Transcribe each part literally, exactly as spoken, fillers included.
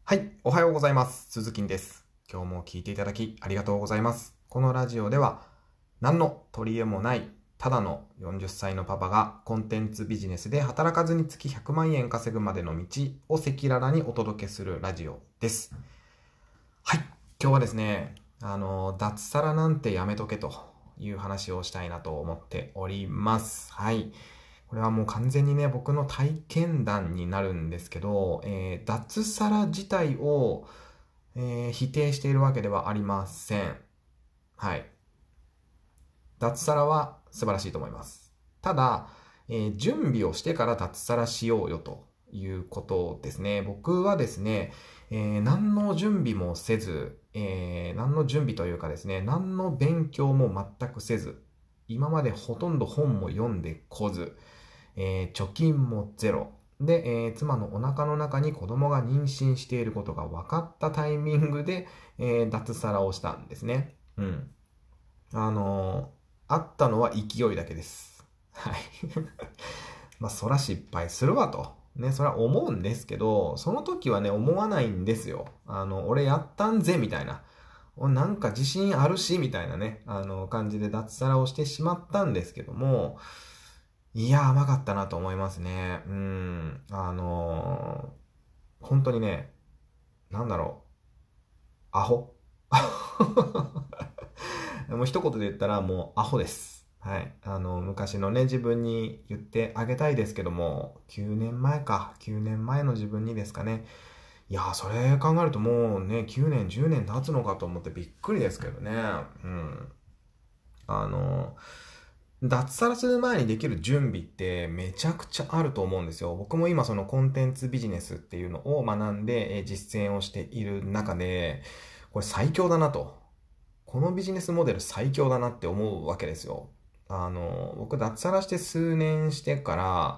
はい、おはようございます。鈴木です。今日も聞いていただきありがとうございます。このラジオでは、何の取り柄もない、ただのよんじゅっさいのパパがコンテンツビジネスで働かずに月ひゃくまんえん稼ぐまでの道を赤裸々にお届けするラジオです。はい、今日はですね、あの、脱サラなんてやめとけという話をしたいなと思っております。はい。これはもう完全にね、僕の体験談になるんですけど、えー脱サラ自体を、えー否定しているわけではありません。はい。脱サラは素晴らしいと思います。ただ、えー準備をしてから脱サラしようよということですね。僕はですね、えー何の準備もせず、えー何の準備というかですね、何の勉強も全くせず、今までほとんど本も読んでこず、えー貯金もゼロ。で、えー妻のお腹の中に子供が妊娠していることが分かったタイミングで、えー脱サラをしたんですね。うん。あのーあったのは勢いだけです。はい。まあ、そら失敗するわと。ね、それは思うんですけど、その時はね、思わないんですよ。あの、俺やったんぜ、みたいな。なんか自信あるし、みたいなね、あの、感じで脱サラをしてしまったんですけども、いや、甘かったなと思いますね。うん。あのー本当にね、なんだろう。アホ。もう一言で言ったらもうアホです。はい。あの、昔のね、自分に言ってあげたいですけども、きゅうねんまえか。きゅうねんまえの自分にですかね。いやー、それ考えるともうね、きゅうねん、じゅうねん経つのかと思ってびっくりですけどね。うん。あの、脱サラする前にできる準備ってめちゃくちゃあると思うんですよ。僕も今そのコンテンツビジネスっていうのを学んでえー実践をしている中で、これ最強だなと。このビジネスモデル最強だなって思うわけですよ。あの、僕脱サラして数年してから、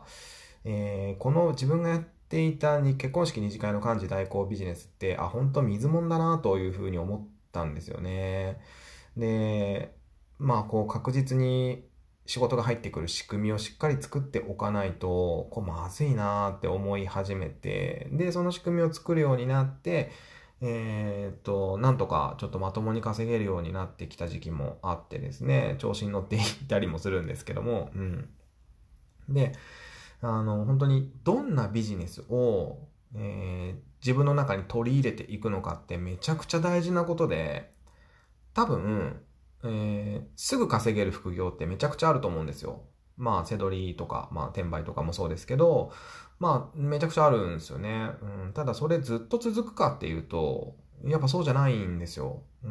えーこの自分がやっていたに結婚式二次会の幹事代行ビジネスって、あ、本当水もんだなというふうに思ったんですよね。で、まあこう確実に仕事が入ってくる仕組みをしっかり作っておかないと、こうまずいなーって思い始めて、で、その仕組みを作るようになって、えーっと、なんとかちょっとまともに稼げるようになってきた時期もあってですね、調子に乗っていたりもするんですけども、うん。で、あの、本当にどんなビジネスを、えー自分の中に取り入れていくのかってめちゃくちゃ大事なことで、多分、えーすぐ稼げる副業ってめちゃくちゃあると思うんですよ。まあ、セドリとか、まあ、転売とかもそうですけど、まあ、めちゃくちゃあるんですよね。うん、ただ、それずっと続くかっていうと、やっぱそうじゃないんですよ。うん。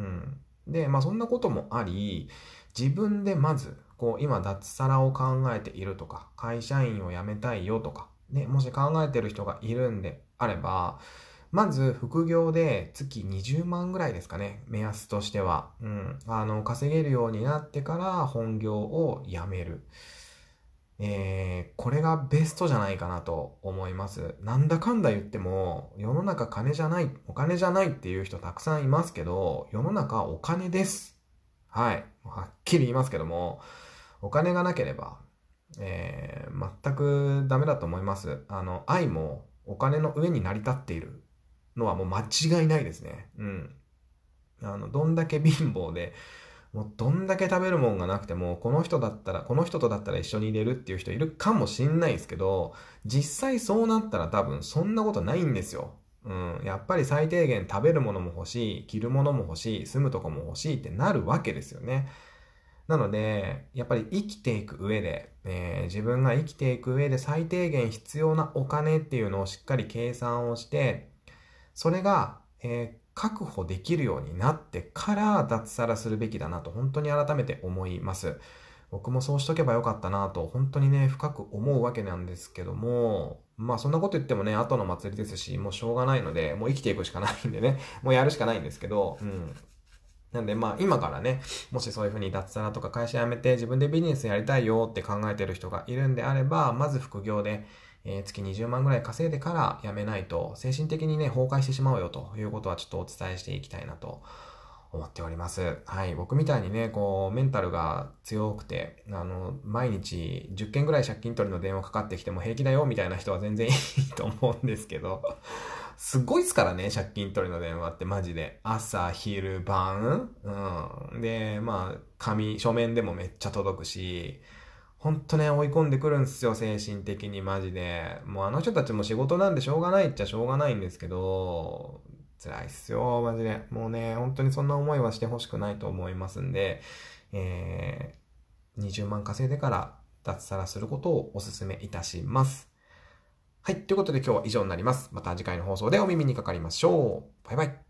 で、まあ、そんなこともあり、自分でまず、こう、今、脱サラを考えているとか、会社員を辞めたいよとか、ね、もし考えてる人がいるんであれば、まず、副業で月にじゅうまんぐらいですかね。目安としては。うん。あの、稼げるようになってから本業を辞める。えー、これがベストじゃないかなと思います。なんだかんだ言っても、世の中金じゃない、お金じゃないっていう人たくさんいますけど、世の中お金です。はい。はっきり言いますけども、お金がなければ、えー、全くダメだと思います。あの、愛もお金の上に成り立っているのはもう間違いないですね。うん。あの、どんだけ貧乏で、もうどんだけ食べるもんがなくても、この人だったら、この人とだったら一緒に入れるっていう人いるかもしんないですけど、実際そうなったら多分そんなことないんですよ。うん。やっぱり最低限食べるものも欲しい、着るものも欲しい、住むとこも欲しいってなるわけですよね。なので、やっぱり生きていく上で、えー自分が生きていく上で最低限必要なお金っていうのをしっかり計算をして、それが、えー確保できるようになってから脱サラするべきだなと本当に改めて思います。僕もそうしとけばよかったなと本当にね、深く思うわけなんですけども、まあそんなこと言ってもね、後の祭りですし、もうしょうがないので、もう生きていくしかないんでね、もうやるしかないんですけど、うん。なんでまあ今からね、もしそういうふうに脱サラとか会社辞めて自分でビジネスやりたいよって考えてる人がいるんであれば、まず副業で、えー月にじゅうまんぐらい稼いでから辞めないと精神的にね、崩壊してしまうよということはちょっとお伝えしていきたいなと思っております。はい。僕みたいにね、こう、メンタルが強くて、あの、毎日じゅっけんぐらい借金取りの電話かかってきても平気だよみたいな人は全然いいと思うんですけど、 すごいっすからね、借金取りの電話ってマジで。朝、昼、晩うん。で、まあ、紙、書面でもめっちゃ届くし、ほんとね、追い込んでくるんですよ、精神的にマジで。もうあの人たちも仕事なんでしょうがないっちゃしょうがないんですけど、辛いっすよ、マジで。もうね、本当にそんな思いはしてほしくないと思いますんで、えー、にじゅうまん稼いでから脱サラすることをお勧めいたします。はい。ということで今日は以上になります。また次回の放送でお耳にかかりましょう。バイバイ。